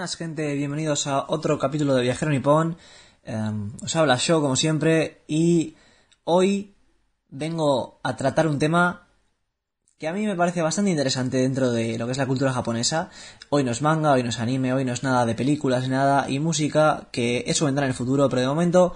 Buenas gente, bienvenidos a otro capítulo de Viajero Nippon. Os habla Sho como siempre y hoy vengo a tratar un tema que a mí me parece bastante interesante dentro de lo que es la cultura japonesa. Hoy no es manga, hoy no es anime, hoy no es nada de películas ni nada, y música, que eso vendrá en el futuro, pero de momento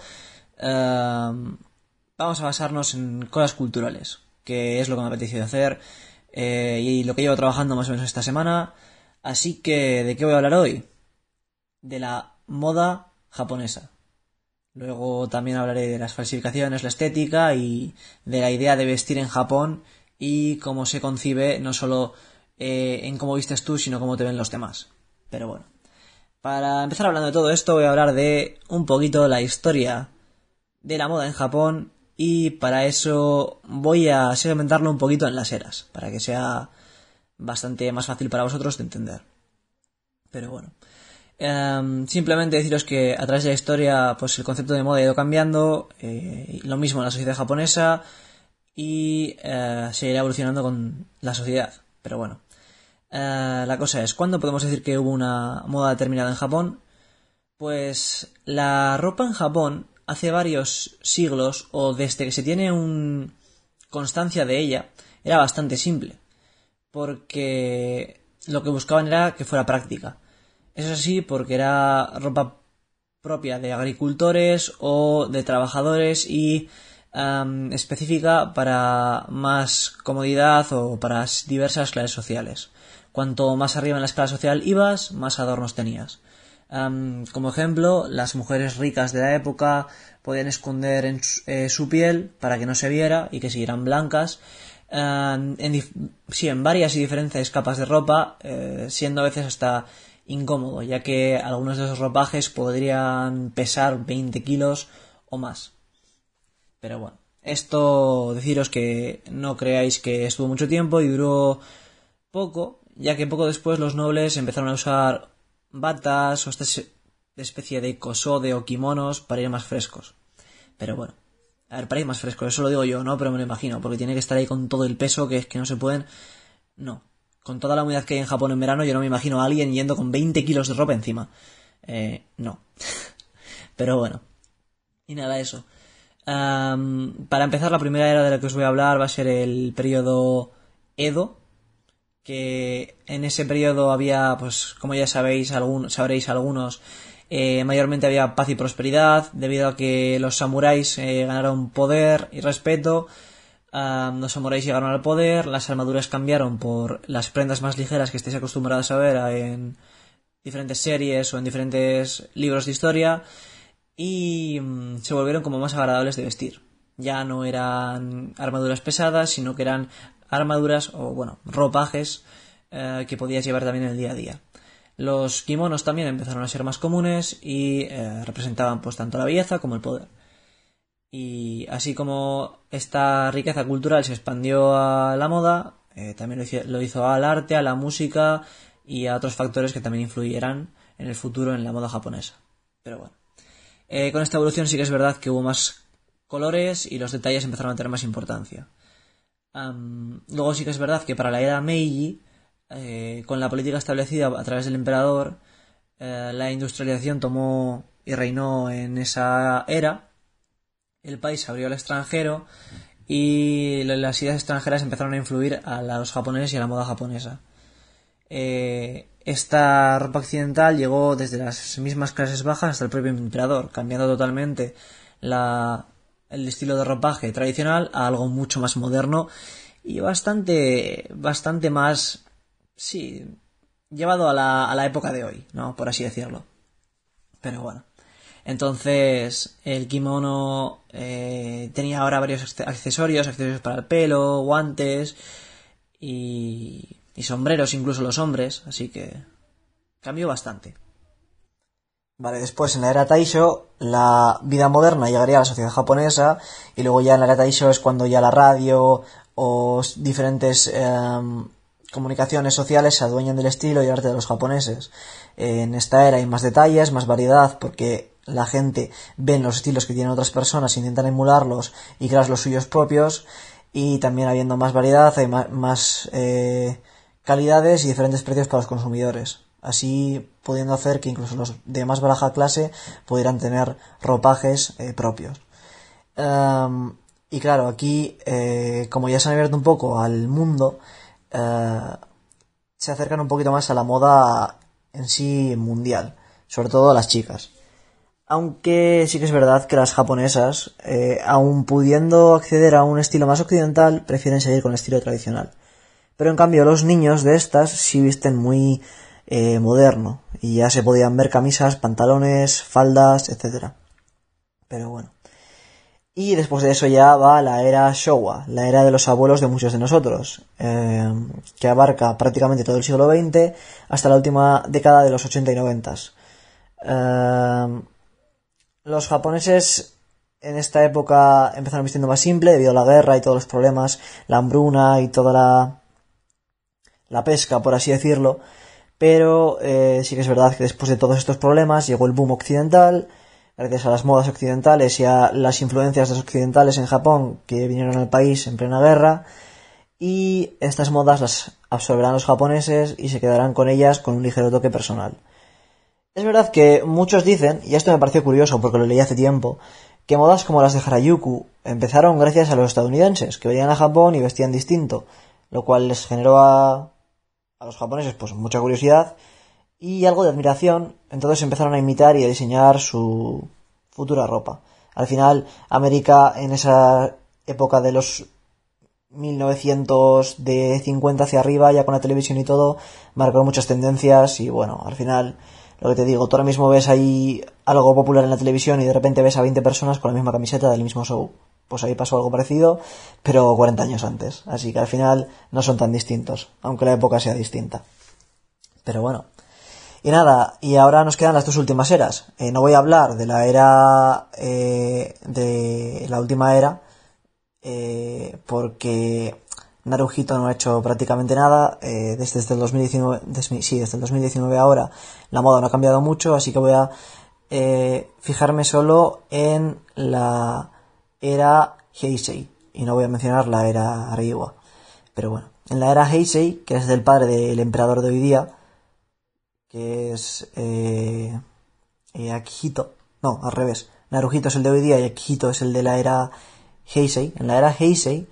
vamos a basarnos en cosas culturales, que es lo que me ha apetecido hacer y lo que llevo trabajando más o menos esta semana. Así que, ¿de qué voy a hablar hoy? De la moda japonesa. Luego también hablaré de las falsificaciones, la estética y de la idea de vestir en Japón y cómo se concibe no solo en cómo vistes tú, sino cómo te ven los demás. Pero bueno, para empezar hablando de todo esto voy a hablar de un poquito la historia de la moda en Japón, y para eso voy a segmentarlo un poquito en las eras, para que sea bastante más fácil para vosotros de entender. Pero bueno, simplemente deciros que a través de la historia pues el concepto de moda ha ido cambiando, lo mismo en la sociedad japonesa, y seguirá evolucionando con la sociedad. Pero bueno, la cosa es, ¿cuándo podemos decir que hubo una moda determinada en Japón? Pues la ropa en Japón hace varios siglos, o desde que se tiene constancia de ella, era bastante simple, porque lo que buscaban era que fuera práctica. Eso sí, porque era ropa propia de agricultores o de trabajadores y específica para más comodidad o para diversas clases sociales. Cuanto más arriba en la escala social ibas, más adornos tenías. Como ejemplo, las mujeres ricas de la época podían esconder su piel para que no se viera y que siguieran blancas, en varias y diferentes capas de ropa, siendo a veces hasta incómodo, ya que algunos de esos ropajes podrían pesar 20 kilos o más. Pero bueno, esto deciros que no creáis que estuvo mucho tiempo y duró poco, ya que poco después los nobles empezaron a usar batas o esta especie de kosode o kimonos para ir más frescos. Pero bueno, a ver, para ir más frescos, eso lo digo yo, ¿no? Pero me lo imagino, porque tiene que estar ahí con todo el peso, que es que no se pueden... No, con toda la humedad que hay en Japón en verano, yo no me imagino a alguien yendo con 20 kilos de ropa encima. No. Pero bueno. Y nada, eso. Para empezar, la primera era de la que os voy a hablar va a ser el periodo Edo, que en ese periodo había, pues como ya sabréis algunos, mayormente había paz y prosperidad, debido a que los samuráis ganaron poder y respeto. Los samuráis llegaron al poder, las armaduras cambiaron por las prendas más ligeras que estéis acostumbrados a ver en diferentes series o en diferentes libros de historia, y se volvieron como más agradables de vestir. Ya no eran armaduras pesadas, sino que eran armaduras o, bueno, ropajes que podías llevar también en el día a día. Los kimonos también empezaron a ser más comunes y representaban pues tanto la belleza como el poder. Y así como esta riqueza cultural se expandió a la moda, también lo hizo al arte, a la música y a otros factores que también influirán en el futuro en la moda japonesa. Pero bueno, con esta evolución sí que es verdad que hubo más colores y los detalles empezaron a tener más importancia. Luego sí que es verdad que para la era Meiji, con la política establecida a través del emperador, la industrialización tomó y reinó en esa era. El país se abrió al extranjero y las ideas extranjeras empezaron a influir a los japoneses y a la moda japonesa. Esta ropa occidental llegó desde las mismas clases bajas hasta el propio emperador, cambiando totalmente el estilo de ropaje tradicional a algo mucho más moderno y bastante más, sí, llevado a la época de hoy, ¿no? Por así decirlo. Pero bueno. Entonces el kimono tenía ahora varios accesorios para el pelo, guantes y sombreros, incluso los hombres, así que cambió bastante. Vale, después en la era Taisho la vida moderna llegaría a la sociedad japonesa, y luego ya en la era Taisho es cuando ya la radio o diferentes comunicaciones sociales se adueñan del estilo y arte de los japoneses. En esta era hay más detalles, más variedad, porque la gente ve los estilos que tienen otras personas, intentan emularlos y crear los suyos propios, y también habiendo más variedad hay más calidades y diferentes precios para los consumidores. así pudiendo hacer que incluso los de más baja clase pudieran tener ropajes propios. Y claro, aquí, como ya se han abierto un poco al mundo, se acercan un poquito más a la moda en sí mundial, sobre todo las chicas. Aunque sí que es verdad que las japonesas, aun pudiendo acceder a un estilo más occidental, prefieren seguir con el estilo tradicional. Pero en cambio los niños de estas sí visten muy moderno, y ya se podían ver camisas, pantalones, faldas, etcétera. Pero bueno. Y después de eso ya va la era Showa, la era de los abuelos de muchos de nosotros, que abarca prácticamente todo el siglo XX hasta la última década de los 80 y 90. Los japoneses en esta época empezaron vistiendo más simple debido a la guerra y todos los problemas, la hambruna y toda la pesca, por así decirlo. Pero sí que es verdad que después de todos estos problemas llegó el boom occidental, gracias a las modas occidentales y a las influencias de los occidentales en Japón que vinieron al país en plena guerra, y estas modas las absorberán los japoneses y se quedarán con ellas con un ligero toque personal. Es verdad que muchos dicen, y esto me pareció curioso porque lo leí hace tiempo, que modas como las de Harajuku empezaron gracias a los estadounidenses, que venían a Japón y vestían distinto, lo cual les generó a los japoneses pues mucha curiosidad y algo de admiración, entonces empezaron a imitar y a diseñar su futura ropa. Al final, América en esa época de los 1950 hacia arriba, ya con la televisión y todo, marcó muchas tendencias y bueno, al final, lo que te digo, tú ahora mismo ves ahí algo popular en la televisión y de repente ves a 20 personas con la misma camiseta del mismo show. Pues ahí pasó algo parecido, pero 40 años antes. Así que al final no son tan distintos, aunque la época sea distinta. Pero bueno. Y nada, y ahora nos quedan las dos últimas eras. No voy a hablar de la era, de la última era, porque Naruhito no ha hecho prácticamente nada. Desde el 2019, desde el 2019 ahora la moda no ha cambiado mucho, así que voy a fijarme solo en la era Heisei, y no voy a mencionar la era Reiwa. Pero bueno, en la era Heisei, que es del padre del emperador de hoy día, que es Akihito, no, al revés, Naruhito es el de hoy día y Akihito es el de la era Heisei. En la era Heisei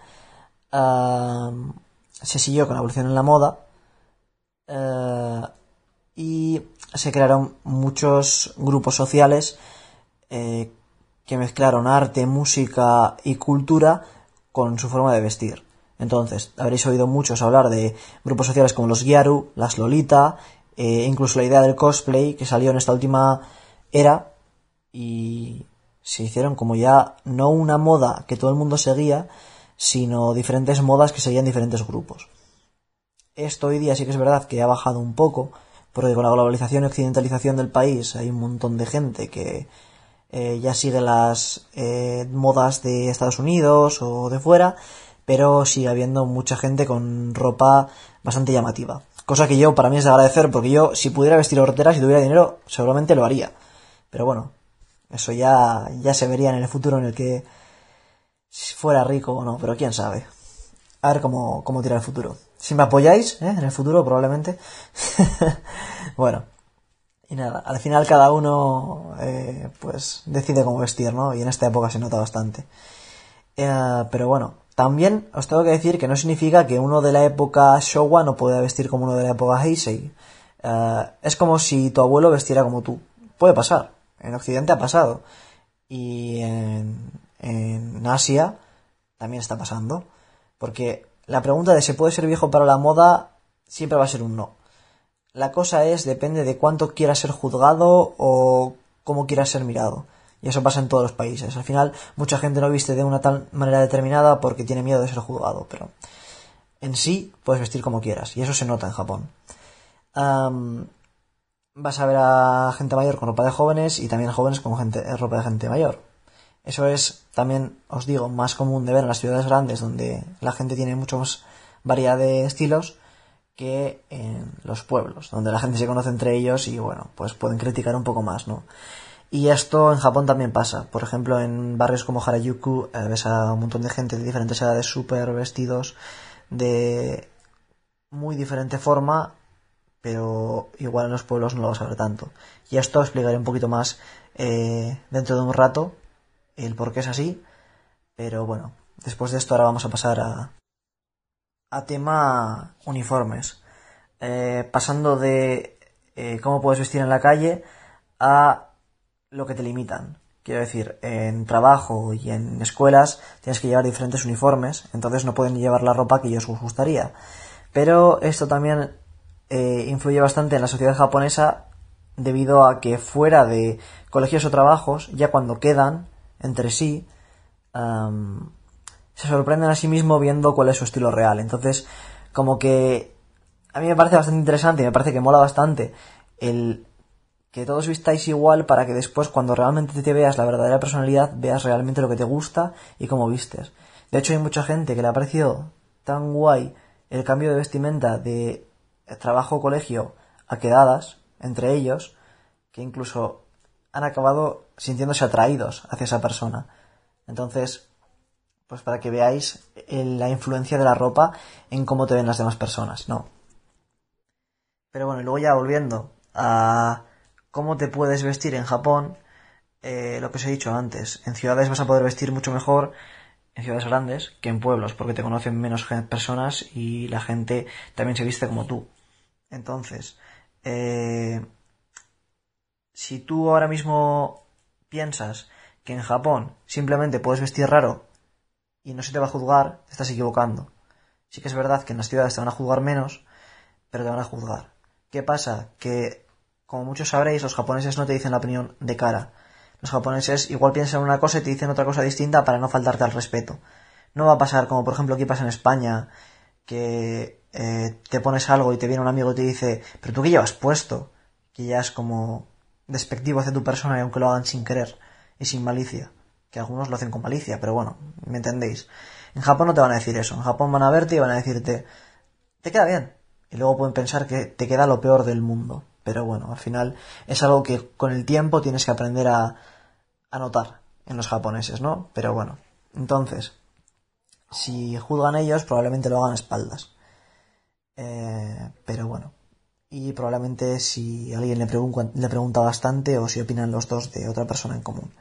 se siguió con la evolución en la moda, y se crearon muchos grupos sociales que mezclaron arte, música y cultura con su forma de vestir. Entonces, habréis oído muchos hablar de grupos sociales como los Gyaru, las Lolita, incluso la idea del cosplay que salió en esta última era, y se hicieron como ya no una moda que todo el mundo seguía, sino diferentes modas que seguían diferentes grupos. Esto hoy día sí que es verdad que ha bajado un poco, porque con la globalización y occidentalización del país hay un montón de gente que ya sigue las modas de Estados Unidos o de fuera, pero sigue habiendo mucha gente con ropa bastante llamativa. Cosa que yo, para mí es de agradecer, porque yo, si pudiera vestir horteras y tuviera dinero, seguramente lo haría. Pero bueno, eso ya se vería en el futuro en el que fuera rico o no, pero quién sabe. A ver cómo tira el futuro. Si me apoyáis, en el futuro probablemente. Bueno, y nada, al final cada uno pues decide cómo vestir, ¿no? Y en esta época se nota bastante. Pero bueno, también os tengo que decir que no significa que uno de la época Showa no pueda vestir como uno de la época Heisei. Es como si tu abuelo vestiera como tú. Puede pasar. En Occidente ha pasado. Y en Asia también está pasando. Porque la pregunta de ¿se puede ser viejo para la moda? Siempre va a ser un no. La cosa depende de cuánto quieras ser juzgado o cómo quieras ser mirado. Y eso pasa en todos los países. Al final, mucha gente no viste de una tal manera determinada porque tiene miedo de ser juzgado. Pero en sí, puedes vestir como quieras. Y eso se nota en Japón. Vas a ver a gente mayor con ropa de jóvenes y también jóvenes con ropa de gente mayor. Eso es también, os digo, más común de ver en las ciudades grandes, donde la gente tiene mucha más variedad de estilos, que en los pueblos, donde la gente se conoce entre ellos y bueno, pues pueden criticar un poco más, ¿no? Y esto en Japón también pasa. Por ejemplo, en barrios como Harajuku ves a un montón de gente de diferentes edades súper vestidos de muy diferente forma, pero igual en los pueblos no lo vas a ver tanto. Y esto explicaré un poquito más dentro de un rato el por qué es así, pero bueno, después de esto ahora vamos a pasar a tema uniformes. Pasando de cómo puedes vestir en la calle a lo que te limitan. Quiero decir, en trabajo y en escuelas tienes que llevar diferentes uniformes, entonces no pueden llevar la ropa que ellos os gustaría. Pero esto también influye bastante en la sociedad japonesa debido a que fuera de colegios o trabajos, ya cuando quedan entre sí, se sorprenden a sí mismos viendo cuál es su estilo real. Entonces, como que a mí me parece bastante interesante y me parece que mola bastante el que todos vistáis igual para que después, cuando realmente te veas la verdadera personalidad, veas realmente lo que te gusta y cómo vistes. De hecho, hay mucha gente que le ha parecido tan guay el cambio de vestimenta de trabajo o colegio a quedadas entre ellos, que incluso han acabado sintiéndose atraídos hacia esa persona. Entonces, pues para que veáis la influencia de la ropa en cómo te ven las demás personas, ¿no? Pero bueno, y luego ya volviendo a cómo te puedes vestir en Japón, lo que os he dicho antes, en ciudades vas a poder vestir mucho mejor, en ciudades grandes, que en pueblos, porque te conocen menos personas y la gente también se viste como tú. Entonces, si tú ahora mismo piensas que en Japón simplemente puedes vestir raro y no se te va a juzgar, te estás equivocando. Sí que es verdad que en las ciudades te van a juzgar menos, pero te van a juzgar. ¿Qué pasa? Que, como muchos sabréis, los japoneses no te dicen la opinión de cara. Los japoneses igual piensan una cosa y te dicen otra cosa distinta para no faltarte al respeto. No va a pasar como por ejemplo aquí pasa en España, que te pones algo y te viene un amigo y te dice, pero tú qué llevas puesto, que ya es como despectivo hacia tu persona y aunque lo hagan sin querer y sin malicia, que algunos lo hacen con malicia, pero bueno, me entendéis. En Japón no te van a decir eso, en Japón van a verte y van a decirte, te queda bien, y luego pueden pensar que te queda lo peor del mundo, pero bueno, al final es algo que con el tiempo tienes que aprender a notar en los japoneses, ¿no? Pero bueno, entonces, si juzgan ellos, probablemente lo hagan a espaldas. Pero bueno. Y probablemente si alguien le pregunta bastante o si opinan los dos de otra persona en común.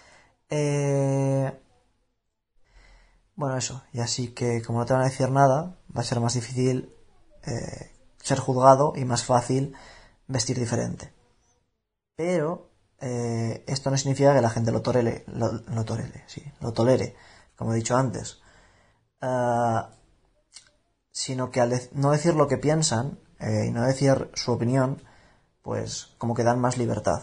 Bueno, eso. Y así que como no te van a decir nada, va a ser más difícil ser juzgado y más fácil vestir diferente. Pero esto no significa que la gente lo tolere, como he dicho antes. Sino que al no decir lo que piensan y no decir su opinión, pues como que dan más libertad.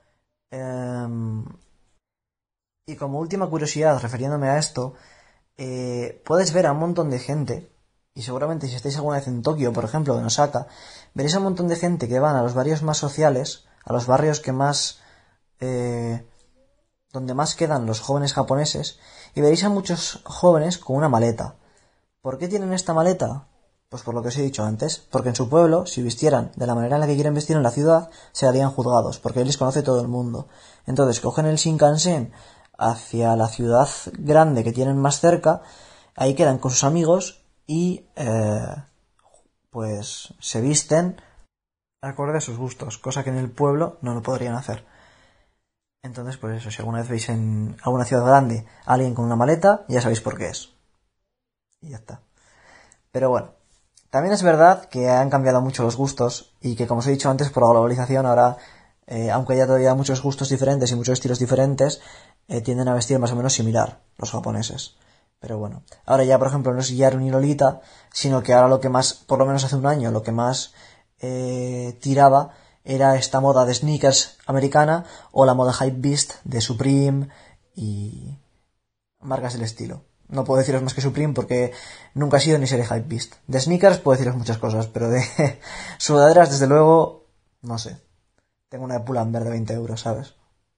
Y como última curiosidad, refiriéndome a esto, puedes ver a un montón de gente, y seguramente si estáis alguna vez en Tokio, por ejemplo, o en Osaka, veréis a un montón de gente que van a los barrios más sociales, a los barrios que más donde más quedan los jóvenes japoneses, y veréis a muchos jóvenes con una maleta. ¿Por qué tienen esta maleta? Pues por lo que os he dicho antes, porque en su pueblo, si vistieran de la manera en la que quieren vestir en la ciudad, se harían juzgados, porque ahí les conoce todo el mundo. Entonces cogen el Shinkansen hacia la ciudad grande que tienen más cerca, ahí quedan con sus amigos y pues se visten acorde a sus gustos, cosa que en el pueblo no lo podrían hacer. Entonces, pues eso, si alguna vez veis en alguna ciudad grande a alguien con una maleta, ya sabéis por qué es. Y ya está. Pero bueno, también es verdad que han cambiado mucho los gustos y que, como os he dicho antes, por la globalización ahora, aunque haya todavía muchos gustos diferentes y muchos estilos diferentes, tienden a vestir más o menos similar los japoneses. Pero bueno, ahora ya, por ejemplo, no es Yaru ni Lolita, sino que ahora lo que más, por lo menos hace un año, lo que más tiraba era esta moda de sneakers americana o la moda hypebeast de Supreme y marcas del estilo. No puedo deciros más que Supreme porque nunca he sido ni seré hypebeast. De sneakers puedo deciros muchas cosas, pero de sudaderas, desde luego, no sé. Tengo una de Pull&Bear de 20 euros, ¿sabes?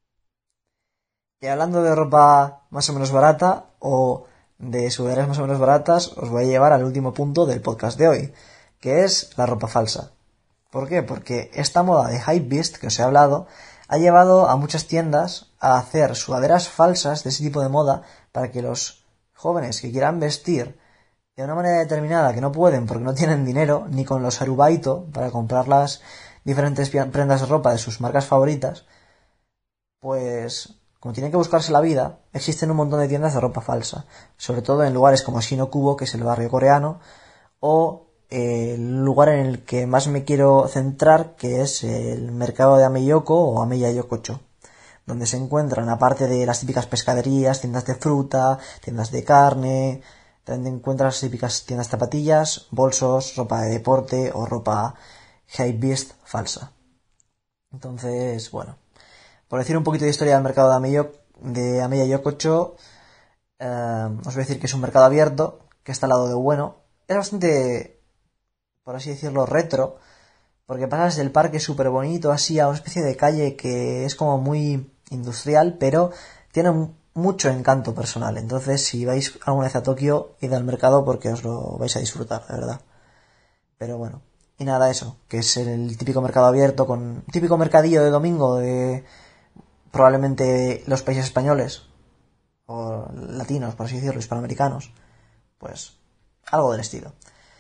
Y hablando de ropa más o menos barata o de sudaderas más o menos baratas, os voy a llevar al último punto del podcast de hoy, que es la ropa falsa. ¿Por qué? Porque esta moda de hypebeast que os he hablado ha llevado a muchas tiendas a hacer sudaderas falsas de ese tipo de moda para que los jóvenes que quieran vestir de una manera determinada que no pueden porque no tienen dinero, ni con los arubaito para comprar las diferentes prendas de ropa de sus marcas favoritas, pues como tienen que buscarse la vida, existen un montón de tiendas de ropa falsa, sobre todo en lugares como Shinokubo, que es el barrio coreano, o el lugar en el que más me quiero centrar, que es el mercado de Ameyoko o Ameya Yokocho, donde se encuentran, aparte de las típicas pescaderías, tiendas de fruta, tiendas de carne, también encuentras las típicas tiendas de zapatillas, bolsos, ropa de deporte o ropa hypebeast falsa. Entonces, bueno, por decir un poquito de historia del mercado de Ameya Yokocho, os voy a decir que es un mercado abierto, que está al lado de bueno. Es bastante, por así decirlo, retro, porque pasas del parque súper bonito así a una especie de calle que es como muy industrial, pero tiene mucho encanto personal. Entonces, si vais alguna vez a Tokio, id al mercado porque os lo vais a disfrutar, de verdad. Pero bueno, y nada, eso, que es el típico mercado abierto con típico mercadillo de domingo de probablemente los países españoles o latinos, por así decirlo, hispanoamericanos, pues algo del estilo.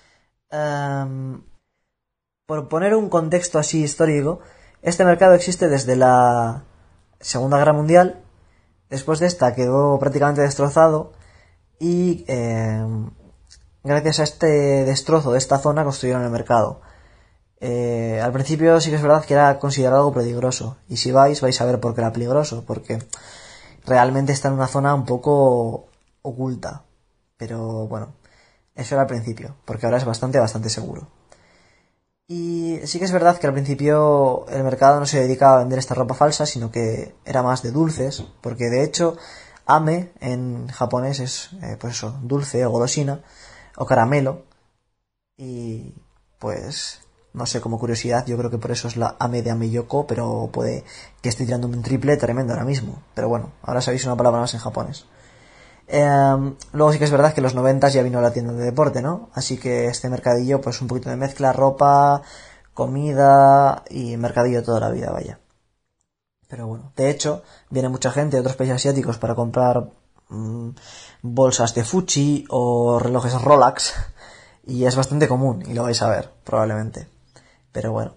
Por poner un contexto así histórico, este mercado existe desde la Segunda Guerra Mundial. Después de esta quedó prácticamente destrozado y gracias a este destrozo de esta zona construyeron el mercado. Al principio sí que es verdad que era considerado algo peligroso, y si vais a ver por qué era peligroso, porque realmente está en una zona un poco oculta, pero bueno, eso era al principio, porque ahora es bastante seguro. Y sí que es verdad que al principio el mercado no se dedicaba a vender esta ropa falsa, sino que era más de dulces, porque de hecho ame en japonés es pues eso, dulce o golosina o caramelo, y pues no sé, como curiosidad, yo creo que por eso es la Ame de Ameyoko, pero puede que esté tirando un triple tremendo ahora mismo. Pero bueno, ahora sabéis una palabra más en japonés. Luego sí que es verdad que en los 90 ya vino la tienda de deporte, ¿no? Así que este mercadillo, pues un poquito de mezcla, ropa, comida y mercadillo toda la vida, vaya. Pero bueno, de hecho, viene mucha gente de otros países asiáticos para comprar bolsas de Fuji o relojes Rolex, y es bastante común, y lo vais a ver, probablemente. Pero bueno.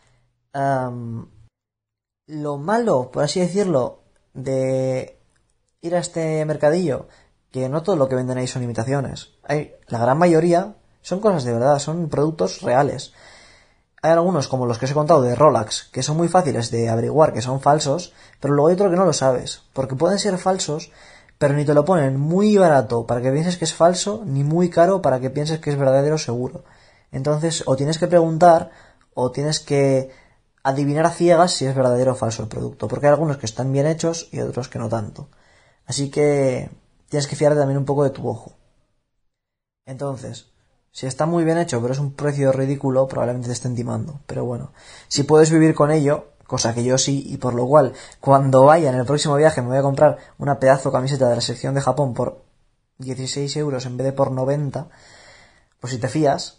Lo malo, por así decirlo, de ir a este mercadillo, que no todo lo que venden ahí son imitaciones. La gran mayoría son cosas de verdad, son productos reales. Hay algunos, como los que os he contado de Rolex, que son muy fáciles de averiguar que son falsos, pero luego hay otro que no lo sabes, porque pueden ser falsos, pero ni te lo ponen muy barato para que pienses que es falso, ni muy caro para que pienses que es verdadero seguro. Entonces, o tienes que preguntar, o tienes que adivinar a ciegas si es verdadero o falso el producto, porque hay algunos que están bien hechos y otros que no tanto. Así que tienes que fiarte también un poco de tu ojo. Entonces, si está muy bien hecho, pero es un precio ridículo, probablemente te estén timando. Pero bueno, si puedes vivir con ello, cosa que yo sí, y por lo cual, cuando vaya en el próximo viaje me voy a comprar una pedazo camiseta de la sección de Japón por 16 euros en vez de por 90, pues si te fías,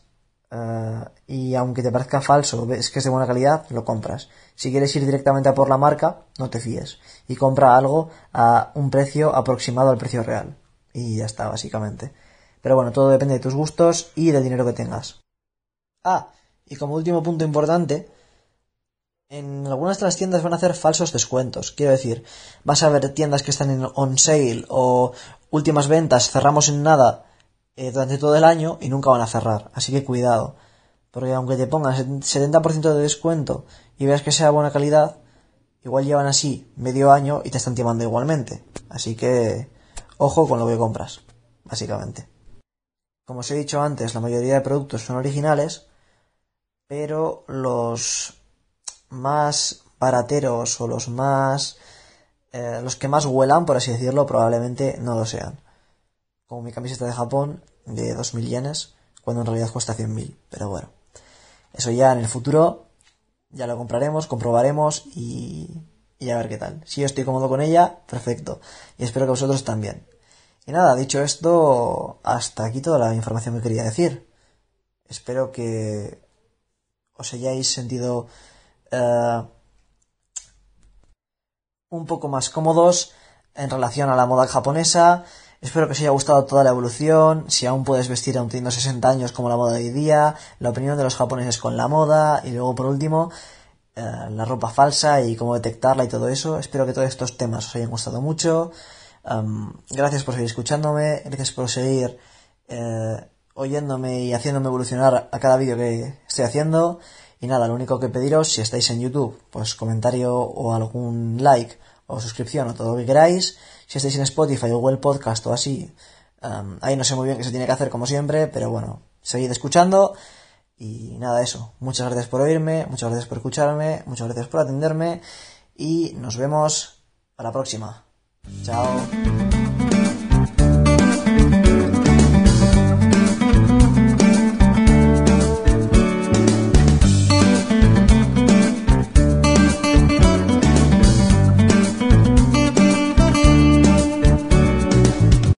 y aunque te parezca falso, ves que es de buena calidad, lo compras. Si quieres ir directamente a por la marca, no te fíes. Y compra algo a un precio aproximado al precio real. Y ya está, básicamente. Pero bueno, todo depende de tus gustos y del dinero que tengas. Ah, y como último punto importante, en algunas de las tiendas van a hacer falsos descuentos. Quiero decir, vas a ver tiendas que están en on sale o últimas ventas, cerramos en nada durante todo el año y nunca van a cerrar. Así que cuidado. Porque aunque te pongan 70% de descuento y veas que sea buena calidad, igual llevan así medio año y te están timando igualmente. Así que ojo con lo que compras, básicamente. Como os he dicho antes, la mayoría de productos son originales, pero los más barateros o los que más huelan, por así decirlo, probablemente no lo sean. Como mi camiseta de Japón de 2000 yenes, cuando en realidad cuesta 100.000. Pero bueno, eso ya en el futuro ya lo compraremos, comprobaremos y a ver qué tal. Si yo estoy cómodo con ella, perfecto. Y espero que vosotros también. Y nada, dicho esto, hasta aquí toda la información que quería decir. Espero que os hayáis sentido un poco más cómodos en relación a la moda japonesa, Espero que os haya gustado toda la evolución, si aún puedes vestir aún teniendo 60 años como la moda de hoy día, la opinión de los japoneses con la moda y luego por último la ropa falsa y cómo detectarla y todo eso. Espero que todos estos temas os hayan gustado mucho. Gracias por seguir escuchándome, gracias por seguir oyéndome y haciéndome evolucionar a cada vídeo que estoy haciendo. Y nada, lo único que pediros, si estáis en YouTube, pues comentario o algún like o suscripción o todo lo que queráis. Si estáis en Spotify o Google Podcast o así, ahí no sé muy bien qué se tiene que hacer como siempre, pero bueno, seguid escuchando. Y nada, eso. Muchas gracias por oírme, muchas gracias por escucharme, muchas gracias por atenderme y nos vemos a la próxima. Chao.